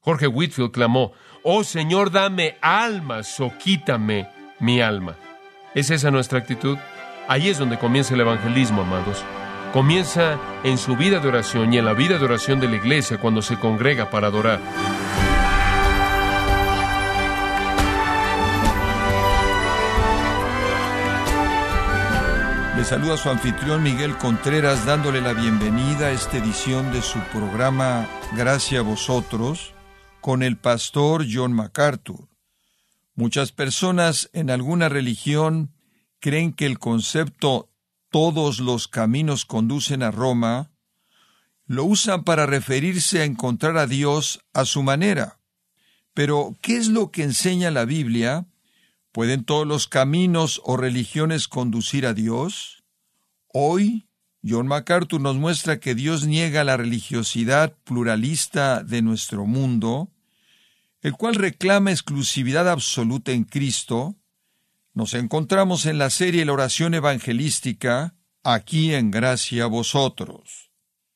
Jorge Whitefield clamó: «Oh Señor, dame almas o quítame mi alma». ¿Es esa nuestra actitud? Ahí es donde comienza el evangelismo, amados. Comienza en su vida de oración y en la vida de oración de la iglesia cuando se congrega para adorar. Le saluda su anfitrión Miguel Contreras, dándole la bienvenida a esta edición de su programa Gracia a Vosotros, con el pastor John MacArthur. Muchas personas en alguna religión creen que el concepto «todos los caminos conducen a Roma» lo usan para referirse a encontrar a Dios a su manera. Pero, ¿qué es lo que enseña la Biblia? ¿Pueden todos los caminos o religiones conducir a Dios? Hoy, John MacArthur nos muestra que Dios niega la religiosidad pluralista de nuestro mundo, el cual reclama exclusividad absoluta en Cristo. Nos encontramos en la serie La Oración Evangelística, aquí en Gracia a Vosotros.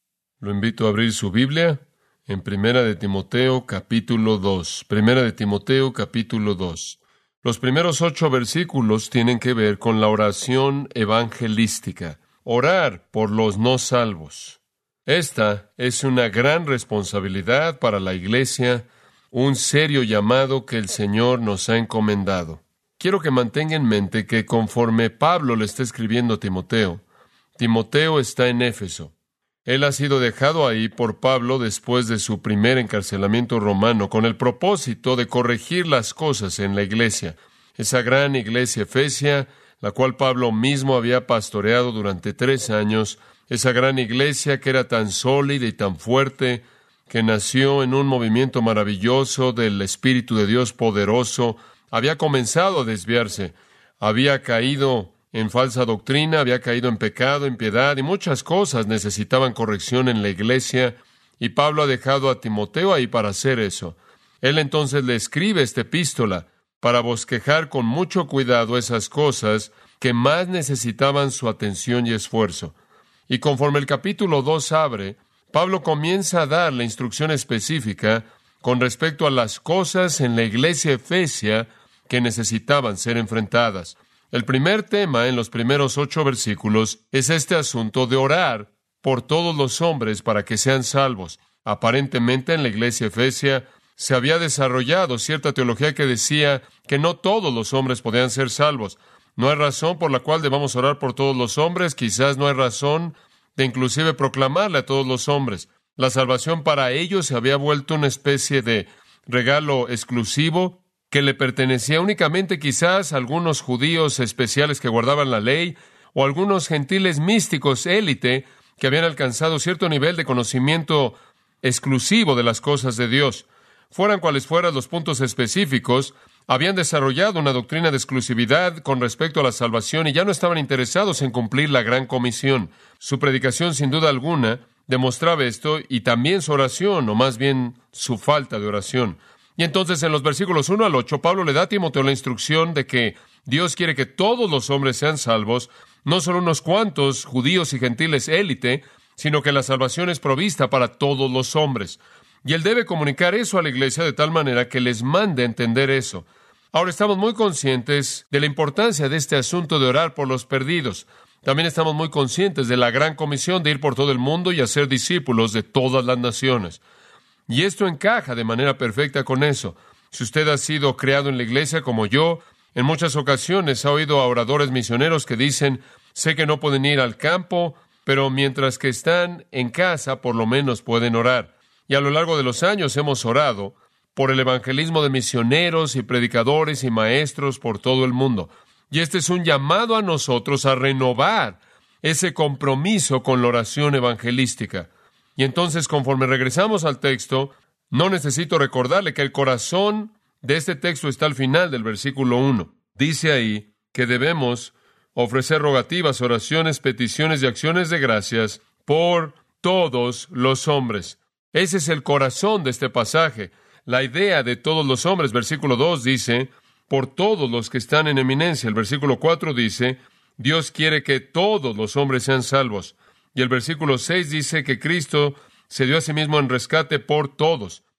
Lo invito a abrir su Biblia en Primera de Timoteo, capítulo 2. Primera de Timoteo, capítulo 2. Los primeros 8 versículos tienen que ver con la oración evangelística. Orar por los no salvos. Esta es una gran responsabilidad para la iglesia, un serio llamado que el Señor nos ha encomendado. Quiero que mantenga en mente que conforme Pablo le está escribiendo a Timoteo, Timoteo está en Éfeso. Él ha sido dejado ahí por Pablo después de su primer encarcelamiento romano con el propósito de corregir las cosas en la iglesia. Esa gran iglesia efesia, la cual Pablo mismo había pastoreado durante 3 años, esa gran iglesia que era tan sólida y tan fuerte, que nació en un movimiento maravilloso del Espíritu de Dios poderoso, había comenzado a desviarse, había caído en falsa doctrina, había caído en pecado, impiedad, y muchas cosas necesitaban corrección en la iglesia, y Pablo ha dejado a Timoteo ahí para hacer eso. Él entonces le escribe esta epístola para bosquejar con mucho cuidado esas cosas que más necesitaban su atención y esfuerzo. Y conforme el capítulo 2 abre, Pablo comienza a dar la instrucción específica con respecto a las cosas en la iglesia efesia que necesitaban ser enfrentadas. El primer tema en los primeros 8 versículos es este asunto de orar por todos los hombres para que sean salvos. Aparentemente en la iglesia efesia se había desarrollado cierta teología que decía que no todos los hombres podían ser salvos. No hay razón por la cual debamos orar por todos los hombres, quizás no hay razón de inclusive proclamarle a todos los hombres. La salvación para ellos se había vuelto una especie de regalo exclusivo que le pertenecía únicamente quizás a algunos judíos especiales que guardaban la ley o a algunos gentiles místicos élite que habían alcanzado cierto nivel de conocimiento exclusivo de las cosas de Dios. Fueran cuales fueran los puntos específicos, habían desarrollado una doctrina de exclusividad con respecto a la salvación y ya no estaban interesados en cumplir la gran comisión. Su predicación, sin duda alguna, demostraba esto y también su oración, o más bien su falta de oración. Y entonces en los versículos 1 al 8, Pablo le da a Timoteo la instrucción de que Dios quiere que todos los hombres sean salvos, no solo unos cuantos judíos y gentiles élite, sino que la salvación es provista para todos los hombres. Y él debe comunicar eso a la iglesia de tal manera que les mande a entender eso. Ahora estamos muy conscientes de la importancia de este asunto de orar por los perdidos. También estamos muy conscientes de la gran comisión de ir por todo el mundo y hacer discípulos de todas las naciones. Y esto encaja de manera perfecta con eso. Si usted ha sido creado en la iglesia como yo, en muchas ocasiones ha oído a oradores misioneros que dicen, sé que no pueden ir al campo, pero mientras que están en casa, por lo menos pueden orar. Y a lo largo de los años hemos orado por el evangelismo de misioneros y predicadores y maestros por todo el mundo. Y este es un llamado a nosotros a renovar ese compromiso con la oración evangelística. Y entonces, conforme regresamos al texto, no necesito recordarle que el corazón de este texto está al final del versículo 1. Dice ahí que debemos ofrecer rogativas, oraciones, peticiones y acciones de gracias por todos los hombres. Ese es el corazón de este pasaje. La idea de todos los hombres, versículo 2 dice, por todos los que están en eminencia. El versículo 4 dice, Dios quiere que todos los hombres sean salvos. Y el versículo 6 dice que Cristo se dio a sí mismo en rescate por todos.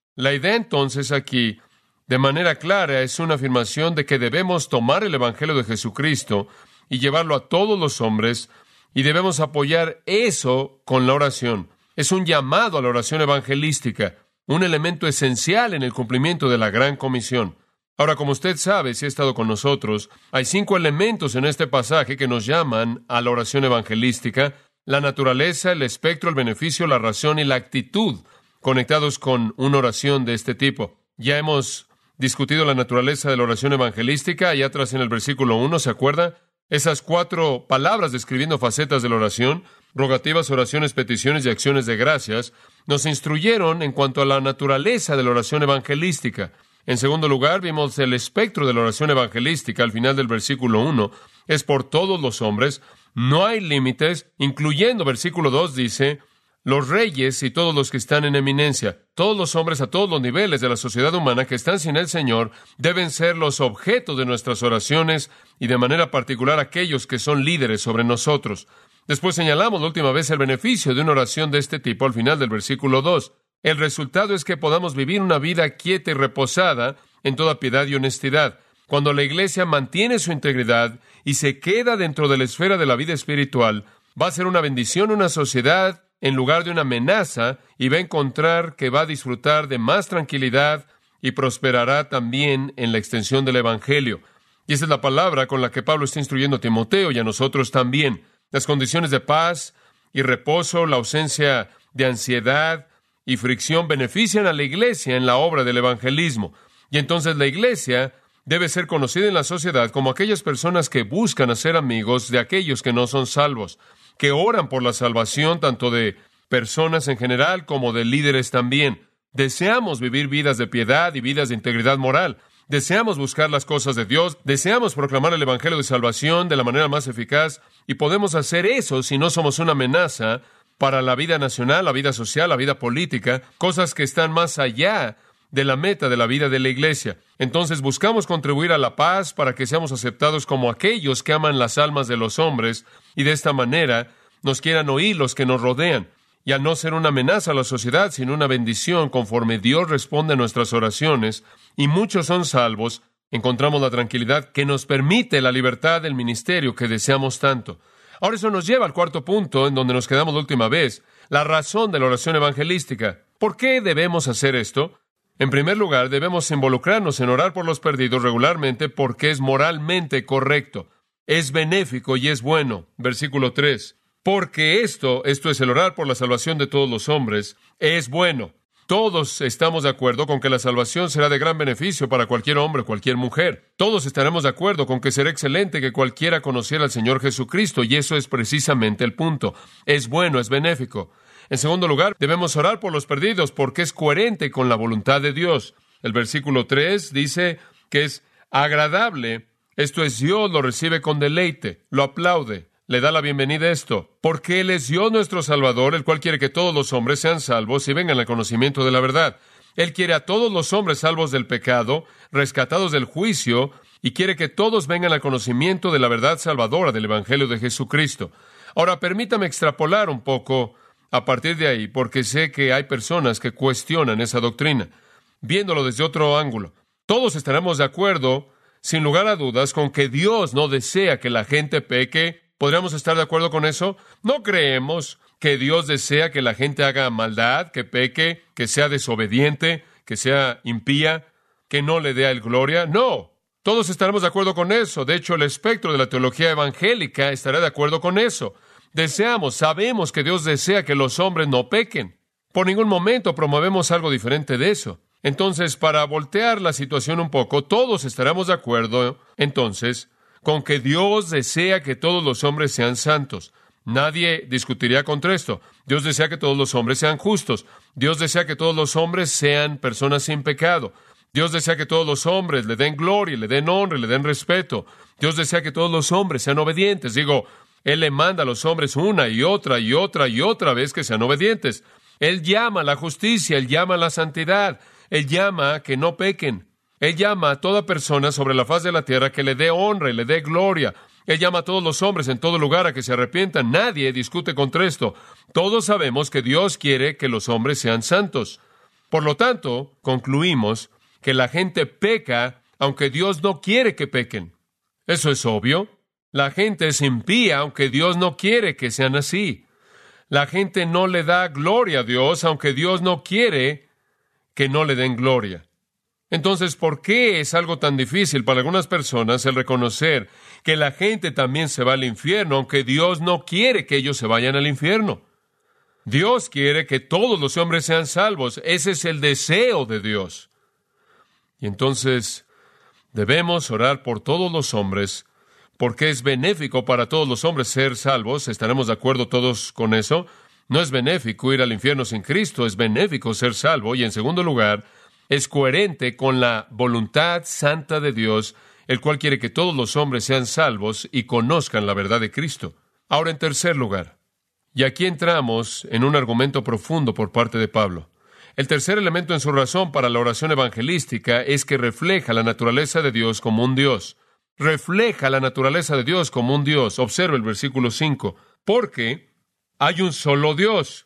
La idea entonces aquí, de manera clara, es una afirmación de que debemos tomar el Evangelio de Jesucristo y llevarlo a todos los hombres, y debemos apoyar eso con la oración. Es un llamado a la oración evangelística, un elemento esencial en el cumplimiento de la Gran Comisión. Ahora, como usted sabe, si ha estado con nosotros, hay 5 elementos en este pasaje que nos llaman a la oración evangelística: la naturaleza, el espectro, el beneficio, la razón y la actitud, conectados con una oración de este tipo. Ya hemos discutido la naturaleza de la oración evangelística, allá atrás en el versículo 1, ¿se acuerda? Esas 4 palabras describiendo facetas de la oración, rogativas, oraciones, peticiones y acciones de gracias, nos instruyeron en cuanto a la naturaleza de la oración evangelística. En segundo lugar, vimos el espectro de la oración evangelística al final del versículo 1. Es por todos los hombres, no hay límites, incluyendo versículo 2 dice, los reyes y todos los que están en eminencia. Todos los hombres a todos los niveles de la sociedad humana que están sin el Señor deben ser los objetos de nuestras oraciones, y de manera particular aquellos que son líderes sobre nosotros. Después señalamos la última vez el beneficio de una oración de este tipo al final del versículo 2. El resultado es que podamos vivir una vida quieta y reposada en toda piedad y honestidad. Cuando la iglesia mantiene su integridad y se queda dentro de la esfera de la vida espiritual, va a ser una bendición a una sociedad en lugar de una amenaza, y va a encontrar que va a disfrutar de más tranquilidad y prosperará también en la extensión del Evangelio. Y esa es la palabra con la que Pablo está instruyendo a Timoteo y a nosotros también. Las condiciones de paz y reposo, la ausencia de ansiedad y fricción benefician a la iglesia en la obra del evangelismo. Y entonces la iglesia debe ser conocida en la sociedad como aquellas personas que buscan hacer amigos de aquellos que no son salvos, que oran por la salvación tanto de personas en general como de líderes también. Deseamos vivir vidas de piedad y vidas de integridad moral. Deseamos buscar las cosas de Dios. Deseamos proclamar el evangelio de salvación de la manera más eficaz. Y podemos hacer eso si no somos una amenaza para la vida nacional, la vida social, la vida política, cosas que están más allá de la meta de la vida de la iglesia. Entonces buscamos contribuir a la paz para que seamos aceptados como aquellos que aman las almas de los hombres, y de esta manera nos quieran oír los que nos rodean. Y al no ser una amenaza a la sociedad, sino una bendición, conforme Dios responde a nuestras oraciones, y muchos son salvos, encontramos la tranquilidad que nos permite la libertad del ministerio que deseamos tanto. Ahora eso nos lleva al 4º punto, en donde nos quedamos la última vez, la razón de la oración evangelística. ¿Por qué debemos hacer esto? En primer lugar, debemos involucrarnos en orar por los perdidos regularmente porque es moralmente correcto, es benéfico y es bueno. Versículo 3. Porque esto es el orar por la salvación de todos los hombres, es bueno. Todos estamos de acuerdo con que la salvación será de gran beneficio para cualquier hombre o cualquier mujer. Todos estaremos de acuerdo con que será excelente que cualquiera conociera al Señor Jesucristo, y eso es precisamente el punto. Es bueno, es benéfico. En segundo lugar, debemos orar por los perdidos porque es coherente con la voluntad de Dios. El versículo 3 dice que es agradable, esto es, Dios lo recibe con deleite, lo aplaude, le da la bienvenida a esto, porque Él es Dios nuestro Salvador, el cual quiere que todos los hombres sean salvos y vengan al conocimiento de la verdad. Él quiere a todos los hombres salvos del pecado, rescatados del juicio, y quiere que todos vengan al conocimiento de la verdad salvadora del Evangelio de Jesucristo. Ahora, permítame extrapolar un poco a partir de ahí, porque sé que hay personas que cuestionan esa doctrina. Viéndolo desde otro ángulo, todos estaremos de acuerdo, sin lugar a dudas, con que Dios no desea que la gente peque. ¿Podríamos estar de acuerdo con eso? No creemos que Dios desea que la gente haga maldad, que peque, que sea desobediente, que sea impía, que no le dé a Él gloria. No, todos estaremos de acuerdo con eso. De hecho, el espectro de la teología evangélica estará de acuerdo con eso. Sabemos que Dios desea que los hombres no pequen. Por ningún momento promovemos algo diferente de eso. Entonces, para voltear la situación un poco, todos estaremos de acuerdo, entonces, con que Dios desea que todos los hombres sean santos. Nadie discutiría contra esto. Dios desea que todos los hombres sean justos. Dios desea que todos los hombres sean personas sin pecado. Dios desea que todos los hombres le den gloria, le den honra, le den respeto. Dios desea que todos los hombres sean obedientes. Él le manda a los hombres una y otra y otra y otra vez que sean obedientes. Él llama a la justicia, Él llama a la santidad, Él llama a que no pequen. Él llama a toda persona sobre la faz de la tierra que le dé honra y le dé gloria. Él llama a todos los hombres en todo lugar a que se arrepientan. Nadie discute contra esto. Todos sabemos que Dios quiere que los hombres sean santos. Por lo tanto, concluimos que la gente peca aunque Dios no quiere que pequen. Eso es obvio. La gente es impía aunque Dios no quiere que sean así. La gente no le da gloria a Dios aunque Dios no quiere que no le den gloria. Entonces, ¿por qué es algo tan difícil para algunas personas el reconocer que la gente también se va al infierno, aunque Dios no quiere que ellos se vayan al infierno? Dios quiere que todos los hombres sean salvos. Ese es el deseo de Dios. Y entonces, debemos orar por todos los hombres, porque es benéfico para todos los hombres ser salvos. ¿Estaremos de acuerdo todos con eso? No es benéfico ir al infierno sin Cristo, es benéfico ser salvo. Y en segundo lugar, es coherente con la voluntad santa de Dios, el cual quiere que todos los hombres sean salvos y conozcan la verdad de Cristo. Ahora, en tercer lugar, y aquí entramos en un argumento profundo por parte de Pablo. El tercer elemento en su razón para la oración evangelística es que refleja la naturaleza de Dios como un Dios. Refleja la naturaleza de Dios como un Dios. Observa el versículo 5. Porque hay un solo Dios,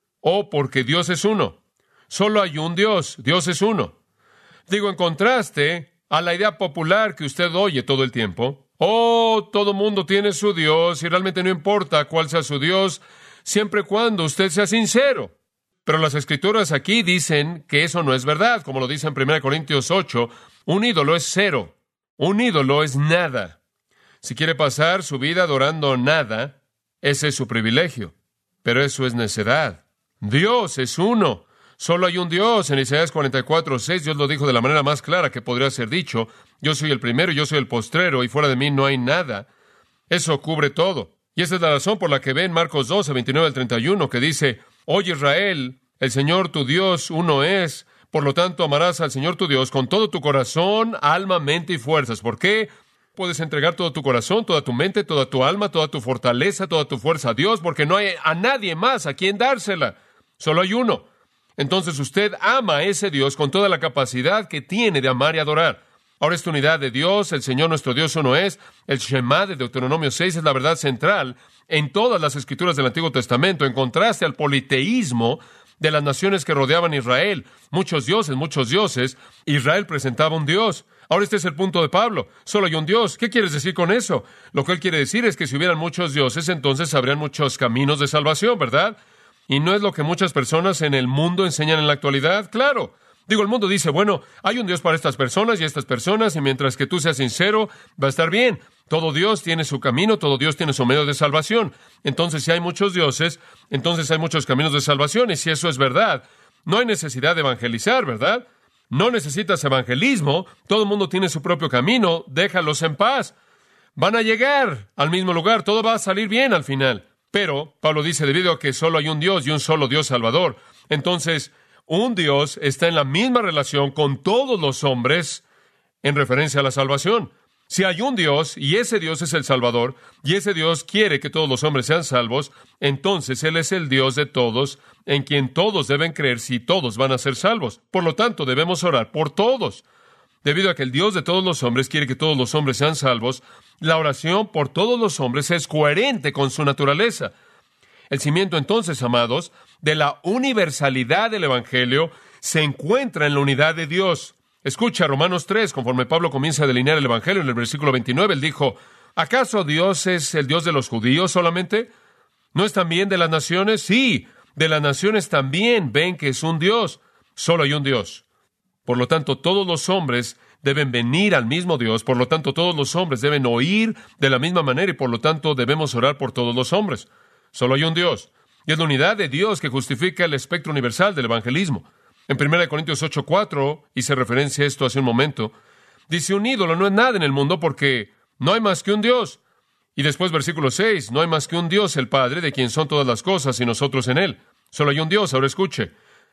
o porque Dios es uno. Solo hay un Dios, Dios es uno. Digo, en contraste a la idea popular que usted oye todo el tiempo, todo mundo tiene su Dios y realmente no importa cuál sea su Dios, siempre y cuando usted sea sincero. Pero las Escrituras aquí dicen que eso no es verdad, como lo dice en 1 Corintios 8, un ídolo es cero, un ídolo es nada. Si quiere pasar su vida adorando nada, ese es su privilegio, pero eso es necedad. Dios es uno. Solo hay un Dios. En Isaías 44:6, Dios lo dijo de la manera más clara que podría ser dicho. Yo soy el primero y yo soy el postrero, y fuera de mí no hay nada. Eso cubre todo. Y esa es la razón por la que ve en Marcos 12, 29 al 31, que dice, Oye Israel, el Señor tu Dios uno es, por lo tanto amarás al Señor tu Dios con todo tu corazón, alma, mente y fuerzas. ¿Por qué? Puedes entregar todo tu corazón, toda tu mente, toda tu alma, toda tu fortaleza, toda tu fuerza a Dios, porque no hay a nadie más a quien dársela. Solo hay uno. Entonces usted ama a ese Dios con toda la capacidad que tiene de amar y adorar. Ahora esta unidad de Dios, el Señor nuestro Dios uno es, el Shema de Deuteronomio 6 es la verdad central en todas las Escrituras del Antiguo Testamento, en contraste al politeísmo de las naciones que rodeaban a Israel. Muchos dioses, Israel presentaba un Dios. Ahora este es el punto de Pablo, solo hay un Dios. ¿Qué quieres decir con eso? Lo que él quiere decir es que si hubieran muchos dioses, entonces habrían muchos caminos de salvación, ¿verdad? ¿Y no es lo que muchas personas en el mundo enseñan en la actualidad? Claro. Digo, el mundo dice, bueno, hay un Dios para estas personas y estas personas, y mientras que tú seas sincero, va a estar bien. Todo Dios tiene su camino, todo Dios tiene su medio de salvación. Entonces, si hay muchos dioses, entonces hay muchos caminos de salvación, y si eso es verdad, no hay necesidad de evangelizar, ¿verdad? No necesitas evangelismo, todo el mundo tiene su propio camino, déjalos en paz. Van a llegar al mismo lugar, todo va a salir bien al final. Pero, Pablo dice, debido a que solo hay un Dios y un solo Dios salvador, entonces, un Dios está en la misma relación con todos los hombres en referencia a la salvación. Si hay un Dios, y ese Dios es el Salvador, y ese Dios quiere que todos los hombres sean salvos, entonces Él es el Dios de todos, en quien todos deben creer si todos van a ser salvos. Por lo tanto, debemos orar por todos. Debido a que el Dios de todos los hombres quiere que todos los hombres sean salvos, la oración por todos los hombres es coherente con su naturaleza. El cimiento entonces, amados, de la universalidad del Evangelio se encuentra en la unidad de Dios. Escucha Romanos 3, conforme Pablo comienza a delinear el Evangelio en el versículo 29, él dijo, ¿acaso Dios es el Dios de los judíos solamente? ¿No es también de las naciones? Sí, de las naciones también ven que es un Dios. Solo hay un Dios. Por lo tanto, todos los hombres deben venir al mismo Dios, por lo tanto, todos los hombres deben oír de la misma manera y por lo tanto debemos orar por todos los hombres. Solo hay un Dios. Y es la unidad de Dios que justifica el espectro universal del evangelismo. En 1 Corintios 8:4, hice referencia a esto hace un momento, dice, un ídolo no es nada en el mundo porque no hay más que un Dios. Y después, versículo 6, no hay más que un Dios, el Padre, de quien son todas las cosas y nosotros en Él. Solo hay un Dios. Ahora escuche.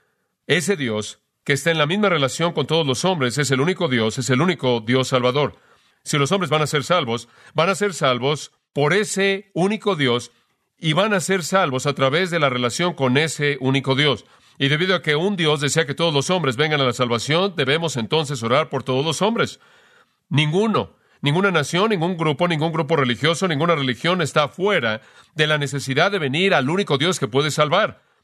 Ese Dios que está en la misma relación con todos los hombres es el único Dios salvador. Si los hombres van a ser salvos por ese único Dios y van a ser salvos a través de la relación con ese único Dios. Y debido a que un Dios desea que todos los hombres vengan a la salvación, debemos entonces orar por todos los hombres. Ninguna nación, ningún grupo religioso, ninguna religión está fuera de la necesidad de venir al único Dios que puede salvar.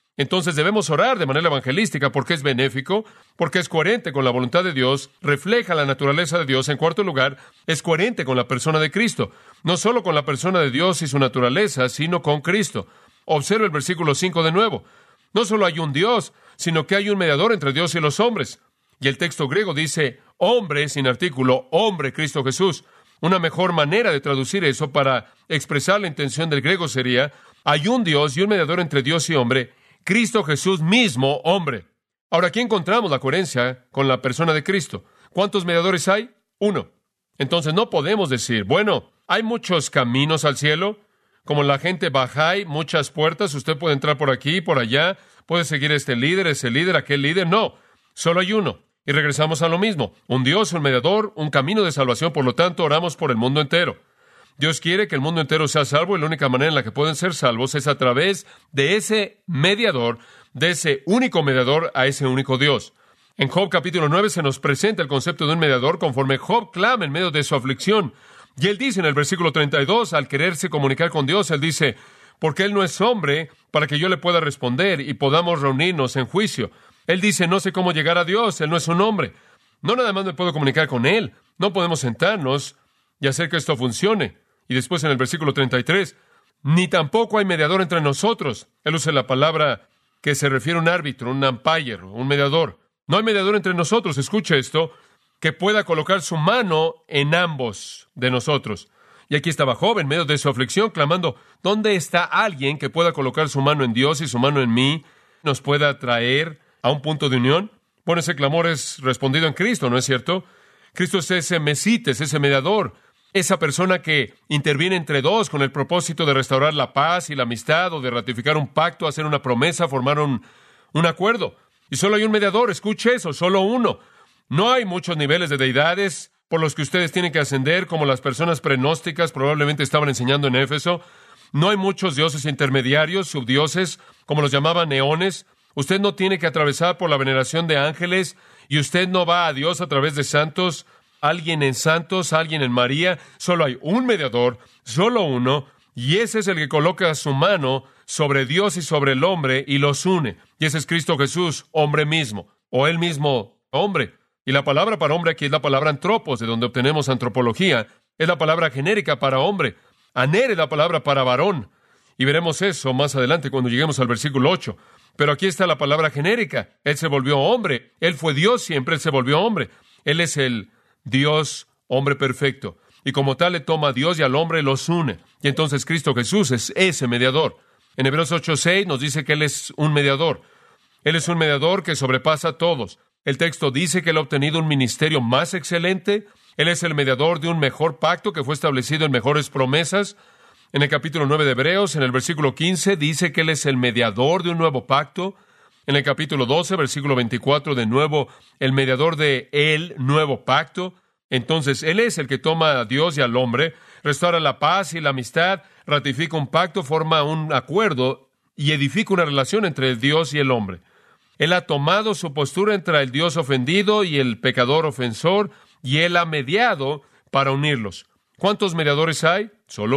Entonces debemos orar de manera evangelística porque es benéfico, porque es coherente con la voluntad de Dios, refleja la naturaleza de Dios. En cuarto lugar, es coherente con la persona de Cristo. No solo con la persona de Dios y su naturaleza, sino con Cristo. Observa el versículo 5 de nuevo. No solo hay un Dios, sino que hay un mediador entre Dios y los hombres. Y el texto griego dice, hombre, sin artículo, hombre, Cristo Jesús. Una mejor manera de traducir eso para expresar la intención del griego sería, hay un Dios y un mediador entre Dios y hombre, Cristo Jesús mismo, hombre. Ahora, aquí encontramos la coherencia con la persona de Cristo. ¿Cuántos mediadores hay? Uno. Entonces no podemos decir, bueno, hay muchos caminos al cielo, como la gente Bahá'í, muchas puertas, usted puede entrar por aquí, por allá, puede seguir ese líder, aquel líder. No, solo hay uno. Y regresamos a lo mismo. Un Dios, un mediador, un camino de salvación, por lo tanto, oramos por el mundo entero. Dios quiere que el mundo entero sea salvo y la única manera en la que pueden ser salvos es a través de ese mediador, de ese único mediador a ese único Dios. En Job capítulo 9 se nos presenta el concepto de un mediador conforme Job clama en medio de su aflicción. Y él dice en el versículo 32, al quererse comunicar con Dios, él dice, porque él no es hombre para que yo le pueda responder y podamos reunirnos en juicio. Él dice, no sé cómo llegar a Dios, él no es un hombre. No nada más me puedo comunicar con él, no podemos sentarnos y hacer que esto funcione. Y después en el versículo 33, ni tampoco hay mediador entre nosotros. Él usa la palabra que se refiere a un árbitro, un umpire, un mediador. No hay mediador entre nosotros, escucha esto, que pueda colocar su mano en ambos de nosotros. Y aquí estaba Job en medio de su aflicción, clamando, ¿dónde está alguien que pueda colocar su mano en Dios y su mano en mí, nos pueda traer a un punto de unión? Bueno, ese clamor es respondido en Cristo, ¿no es cierto? Cristo es ese mesites, ese mediador, esa persona que interviene entre dos con el propósito de restaurar la paz y la amistad, o de ratificar un pacto, hacer una promesa, formar un acuerdo. Y solo hay un mediador, escuche eso, solo uno. No hay muchos niveles de deidades por los que ustedes tienen que ascender, como las personas prenósticas probablemente estaban enseñando en Éfeso. No hay muchos dioses intermediarios, subdioses, como los llamaban eones. Usted no tiene que atravesar por la veneración de ángeles, y usted no va a Dios a través de santos, alguien en santos, alguien en María. Solo hay un mediador, solo uno, y ese es el que coloca su mano sobre Dios y sobre el hombre y los une. Y ese es Cristo Jesús, hombre mismo, o él mismo, hombre. Y la palabra para hombre aquí es la palabra antropos, de donde obtenemos antropología. Es la palabra genérica para hombre. Aner es la palabra para varón. Y veremos eso más adelante cuando lleguemos al versículo 8. Pero aquí está la palabra genérica. Él se volvió hombre. Él fue Dios siempre, él se volvió hombre. Él es el Dios, hombre perfecto. Y como tal le toma a Dios y al hombre y los une. Y entonces Cristo Jesús es ese mediador. En Hebreos 8:6 nos dice que Él es un mediador. Él es un mediador que sobrepasa a todos. El texto dice que Él ha obtenido un ministerio más excelente. Él es el mediador de un mejor pacto que fue establecido en mejores promesas. En el capítulo 9 de Hebreos, en el versículo 15, dice que Él es el mediador de un nuevo pacto. En el capítulo 12, versículo 24, de nuevo, el mediador de el nuevo pacto. Entonces, Él es el que toma a Dios y al hombre, restaura la paz y la amistad, ratifica un pacto, forma un acuerdo y edifica una relación entre el Dios y el hombre. Él ha tomado su postura entre el Dios ofendido y el pecador ofensor, y Él ha mediado para unirlos. ¿Cuántos mediadores hay? Solo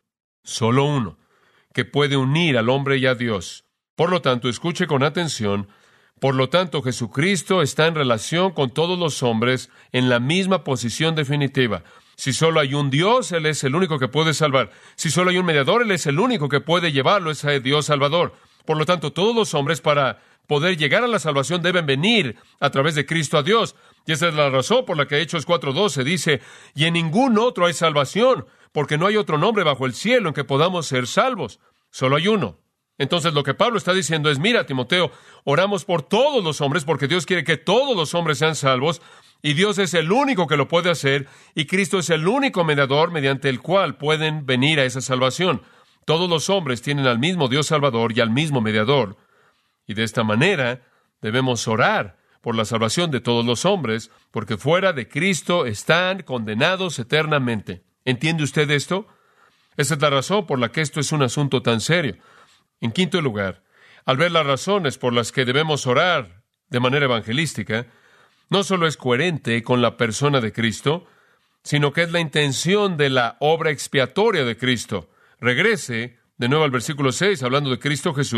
uno, que puede unir al hombre y a Dios. Por lo tanto, escuche con atención, por lo tanto, Jesucristo está en relación con todos los hombres en la misma posición definitiva. Si solo hay un Dios, Él es el único que puede salvar. Si solo hay un mediador, Él es el único que puede llevarlo a ese Dios salvador. Por lo tanto, todos los hombres, para poder llegar a la salvación, deben venir a través de Cristo a Dios. Y esa es la razón por la que Hechos 4:12 dice, y en ningún otro hay salvación, porque no hay otro nombre bajo el cielo en que podamos ser salvos. Solo hay uno. Entonces lo que Pablo está diciendo es, mira, Timoteo, oramos por todos los hombres porque Dios quiere que todos los hombres sean salvos, y Dios es el único que lo puede hacer, y Cristo es el único mediador mediante el cual pueden venir a esa salvación. Todos los hombres tienen al mismo Dios Salvador y al mismo mediador, y de esta manera debemos orar por la salvación de todos los hombres, porque fuera de Cristo están condenados eternamente. ¿Entiende usted esto? Esa es la razón por la que esto es un asunto tan serio. En quinto lugar, al ver las razones por las que debemos orar de manera evangelística, no solo es coherente con la persona de Cristo, sino que es la intención de la obra expiatoria de Cristo. Regrese de nuevo al versículo 6, hablando de Cristo Jesús.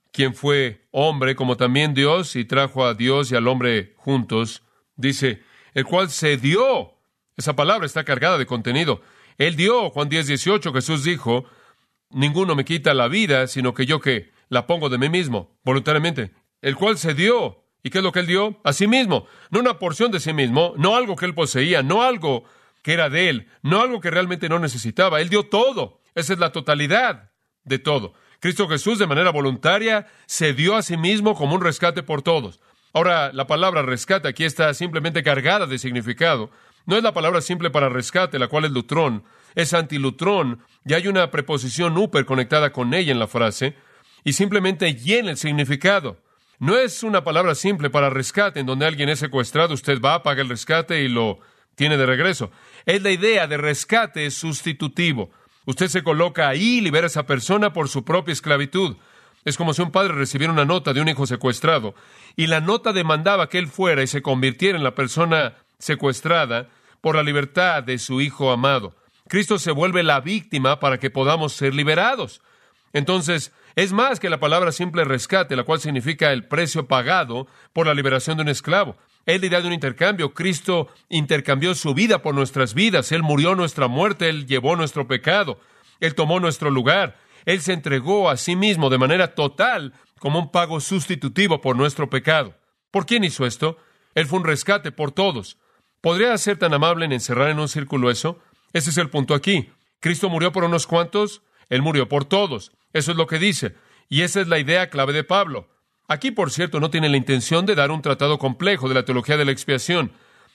quien fue hombre como también Dios y trajo a Dios y al hombre juntos, dice, el cual se dio. Esa palabra está cargada de contenido. Él dio, Juan 10:18, Jesús dijo, ninguno me quita la vida, sino que yo que la pongo de mí mismo, voluntariamente. El cual se dio. ¿Y qué es lo que él dio? A sí mismo. No una porción de sí mismo, no algo que él poseía, no algo que era de él, no algo que realmente no necesitaba. Él dio todo. Esa es la totalidad de todo. Cristo Jesús, de manera voluntaria, se dio a sí mismo como un rescate por todos. Ahora, la palabra rescate aquí está simplemente cargada de significado. No es la palabra simple para rescate, la cual es lutrón, es antilutrón, y hay una preposición úper conectada con ella en la frase, y simplemente llena el significado. No es una palabra simple para rescate, en donde alguien es secuestrado, usted va, paga el rescate y lo tiene de regreso. Es la idea de rescate sustitutivo. Usted se coloca ahí y libera a esa persona por su propia esclavitud. Es como si un padre recibiera una nota de un hijo secuestrado, y la nota demandaba que él fuera y se convirtiera en la persona secuestrada por la libertad de su hijo amado. Cristo se vuelve la víctima para que podamos ser liberados. Entonces, es más que la palabra simple rescate, la cual significa el precio pagado por la liberación de un esclavo. Es la idea de un intercambio. Cristo intercambió su vida por nuestras vidas. Él murió nuestra muerte. Él llevó nuestro pecado. Él tomó nuestro lugar. Él se entregó a sí mismo de manera total como un pago sustitutivo por nuestro pecado. ¿Por quién hizo esto? Él fue un rescate por todos. ¿Podría ser tan amable en encerrar en un círculo eso? Ese es el punto aquí. Cristo murió por unos cuantos, Él murió por todos. Eso es lo que dice. Y esa es la idea clave de Pablo. Aquí, por cierto, no tiene la intención de dar un tratado complejo de la teología de la expiación.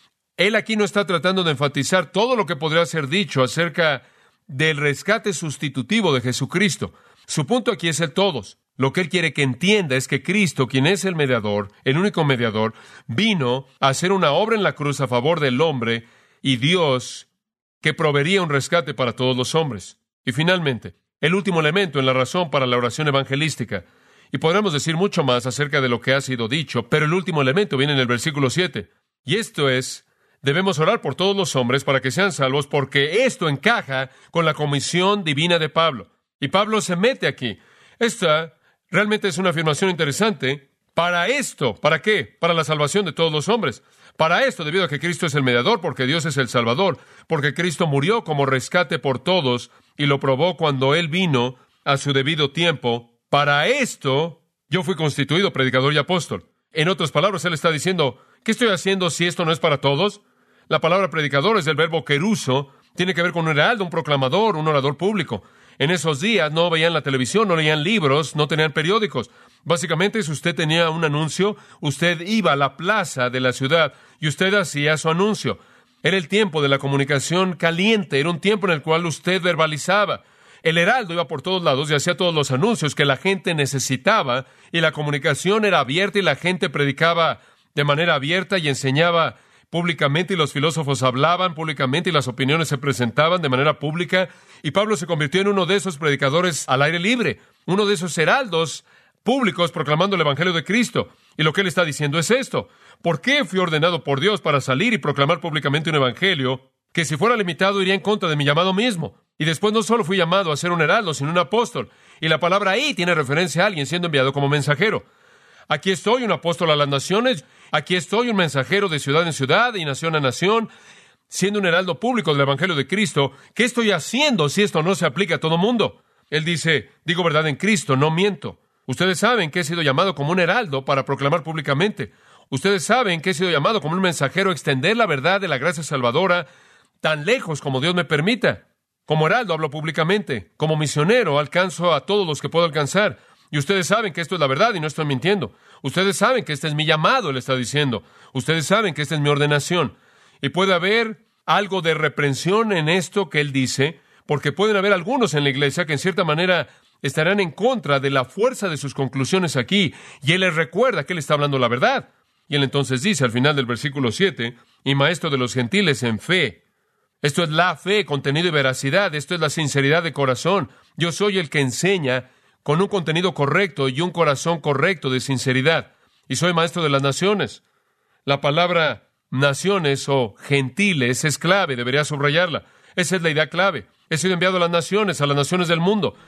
Él aquí no está tratando de enfatizar todo lo que podría ser dicho acerca del rescate sustitutivo de Jesucristo. Su punto aquí es el todos. Lo que él quiere que entienda es que Cristo, quien es el mediador, el único mediador, vino a hacer una obra en la cruz a favor del hombre y Dios que proveería un rescate para todos los hombres. Y finalmente, el último elemento en la razón para la oración evangelística. Y podremos decir mucho más acerca de lo que ha sido dicho, pero el último elemento viene en el versículo 7. Y esto es, debemos orar por todos los hombres para que sean salvos, porque esto encaja con la comisión divina de Pablo. Y Pablo se mete aquí. Esta realmente es una afirmación interesante. Para esto, ¿para qué? Para la salvación de todos los hombres. Para esto, debido a que Cristo es el mediador, porque Dios es el Salvador, porque Cristo murió como rescate por todos y lo probó cuando Él vino a su debido tiempo. Para esto, yo fui constituido predicador y apóstol. En otras palabras, Él está diciendo, ¿qué estoy haciendo si esto no es para todos? La palabra predicador es del verbo keruso, tiene que ver con un heraldo, un proclamador, un orador público. En esos días no veían la televisión, no leían libros, no tenían periódicos. Básicamente, si usted tenía un anuncio, usted iba a la plaza de la ciudad y usted hacía su anuncio. Era el tiempo de la comunicación caliente, era un tiempo en el cual usted verbalizaba. El heraldo iba por todos lados y hacía todos los anuncios que la gente necesitaba, y la comunicación era abierta y la gente predicaba de manera abierta y enseñaba públicamente, y los filósofos hablaban públicamente y las opiniones se presentaban de manera pública, y Pablo se convirtió en uno de esos predicadores al aire libre, uno de esos heraldos públicos proclamando el Evangelio de Cristo. Y lo que él está diciendo es esto: ¿por qué fui ordenado por Dios para salir y proclamar públicamente un Evangelio que, si fuera limitado, iría en contra de mi llamado mismo? Y después no solo fui llamado a ser un heraldo, sino un apóstol. Y la palabra ahí tiene referencia a alguien siendo enviado como mensajero. Aquí estoy, un apóstol a las naciones. Aquí estoy, un mensajero de ciudad en ciudad y nación a nación, siendo un heraldo público del Evangelio de Cristo. ¿Qué estoy haciendo si esto no se aplica a todo mundo? Él dice, digo verdad en Cristo, no miento. Ustedes saben que he sido llamado como un heraldo para proclamar públicamente. Ustedes saben que he sido llamado como un mensajero a extender la verdad de la gracia salvadora tan lejos como Dios me permita. Como heraldo hablo públicamente. Como misionero alcanzo a todos los que puedo alcanzar. Y ustedes saben que esto es la verdad y no estoy mintiendo. Ustedes saben que este es mi llamado, él está diciendo. Ustedes saben que esta es mi ordenación. Y puede haber algo de reprensión en esto que él dice, porque pueden haber algunos en la iglesia que en cierta manera estarán en contra de la fuerza de sus conclusiones aquí. Y él les recuerda que él está hablando la verdad. Y él entonces dice al final del versículo 7, y maestro de los gentiles en fe. Esto es la fe, contenido y veracidad. Esto es la sinceridad de corazón. Yo soy el que enseña con un contenido correcto y un corazón correcto de sinceridad. Y soy maestro de las naciones. La palabra naciones o gentiles es clave, debería subrayarla. Esa es la idea clave. He sido enviado a las naciones del mundo.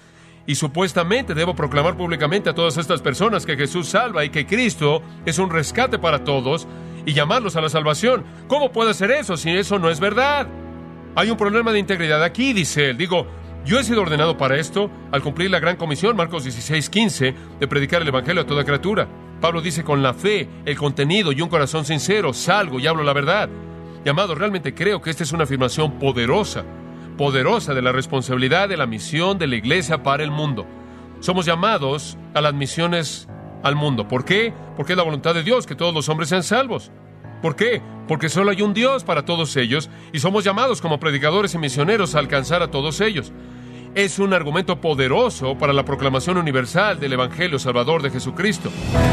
Y supuestamente debo proclamar públicamente a todas estas personas que Jesús salva y que Cristo es un rescate para todos y llamarlos a la salvación. ¿Cómo puedo hacer eso si eso no es verdad? Hay un problema de integridad aquí, dice él. Yo he sido ordenado para esto al cumplir la gran comisión, Marcos 16:15, de predicar el evangelio a toda criatura. Pablo dice, con la fe, el contenido y un corazón sincero, salgo y hablo la verdad. Y amado, realmente creo que esta es una afirmación poderosa de la responsabilidad de la misión de la iglesia para el mundo. Somos llamados a las misiones al mundo. ¿Por qué? Porque es la voluntad de Dios que todos los hombres sean salvos. ¿Por qué? Porque solo hay un Dios para todos ellos y somos llamados como predicadores y misioneros a alcanzar a todos ellos. Es un argumento poderoso para la proclamación universal del Evangelio Salvador de Jesucristo.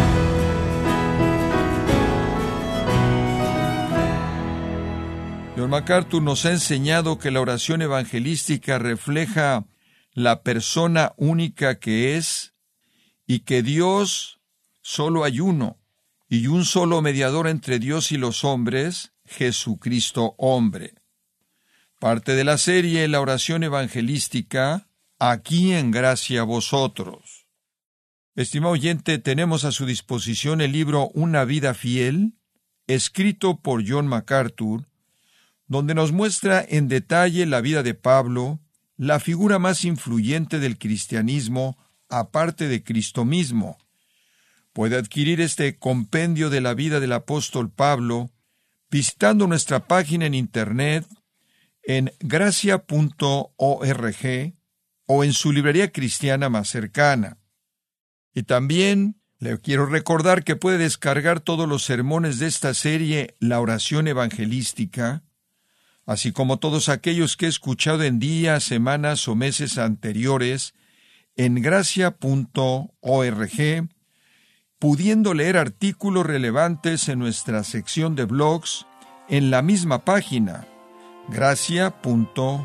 John MacArthur nos ha enseñado que la oración evangelística refleja la persona única que es y que Dios solo hay uno y un solo mediador entre Dios y los hombres, Jesucristo hombre. Parte de la serie La oración evangelística, aquí en Gracia a Vosotros. Estimado oyente, tenemos a su disposición el libro Una vida fiel, escrito por John MacArthur, donde nos muestra en detalle la vida de Pablo, la figura más influyente del cristianismo, aparte de Cristo mismo. Puede adquirir este compendio de la vida del apóstol Pablo visitando nuestra página en internet en gracia.org o en su librería cristiana más cercana. Y también le quiero recordar que puede descargar todos los sermones de esta serie La oración evangelística, así como todos aquellos que he escuchado en días, semanas o meses anteriores en gracia.org, pudiendo leer artículos relevantes en nuestra sección de blogs en la misma página, gracia.org.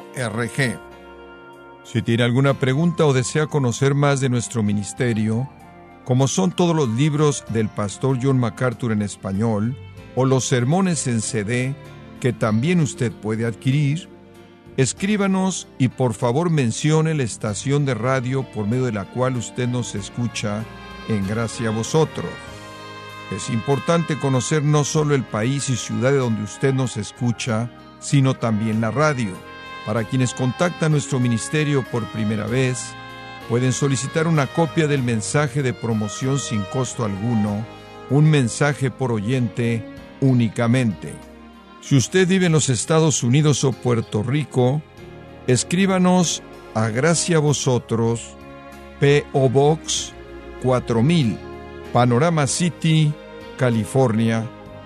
Si tiene alguna pregunta o desea conocer más de nuestro ministerio, como son todos los libros del pastor John MacArthur en español, o los sermones en CD, que también usted puede adquirir, escríbanos y por favor mencione la estación de radio por medio de la cual usted nos escucha en Gracia a Vosotros. Es importante conocer no solo el país y ciudad de donde usted nos escucha, sino también la radio. Para quienes contactan nuestro ministerio por primera vez, pueden solicitar una copia del mensaje de promoción sin costo alguno, un mensaje por oyente únicamente. Si usted vive en los Estados Unidos o Puerto Rico, escríbanos a Gracia a Vosotros, P.O. Box 4000, Panorama City, California,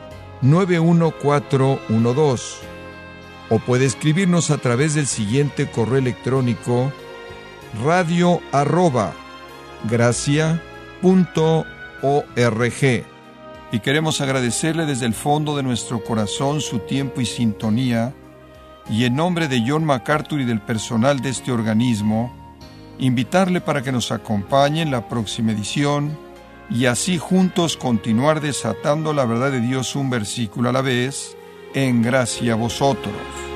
91412. O puede escribirnos a través del siguiente correo electrónico: radio@gracia.org. Y queremos agradecerle desde el fondo de nuestro corazón su tiempo y sintonía, y en nombre de John MacArthur y del personal de este organismo, invitarle para que nos acompañe en la próxima edición y así juntos continuar desatando la verdad de Dios un versículo a la vez en Gracia a Vosotros.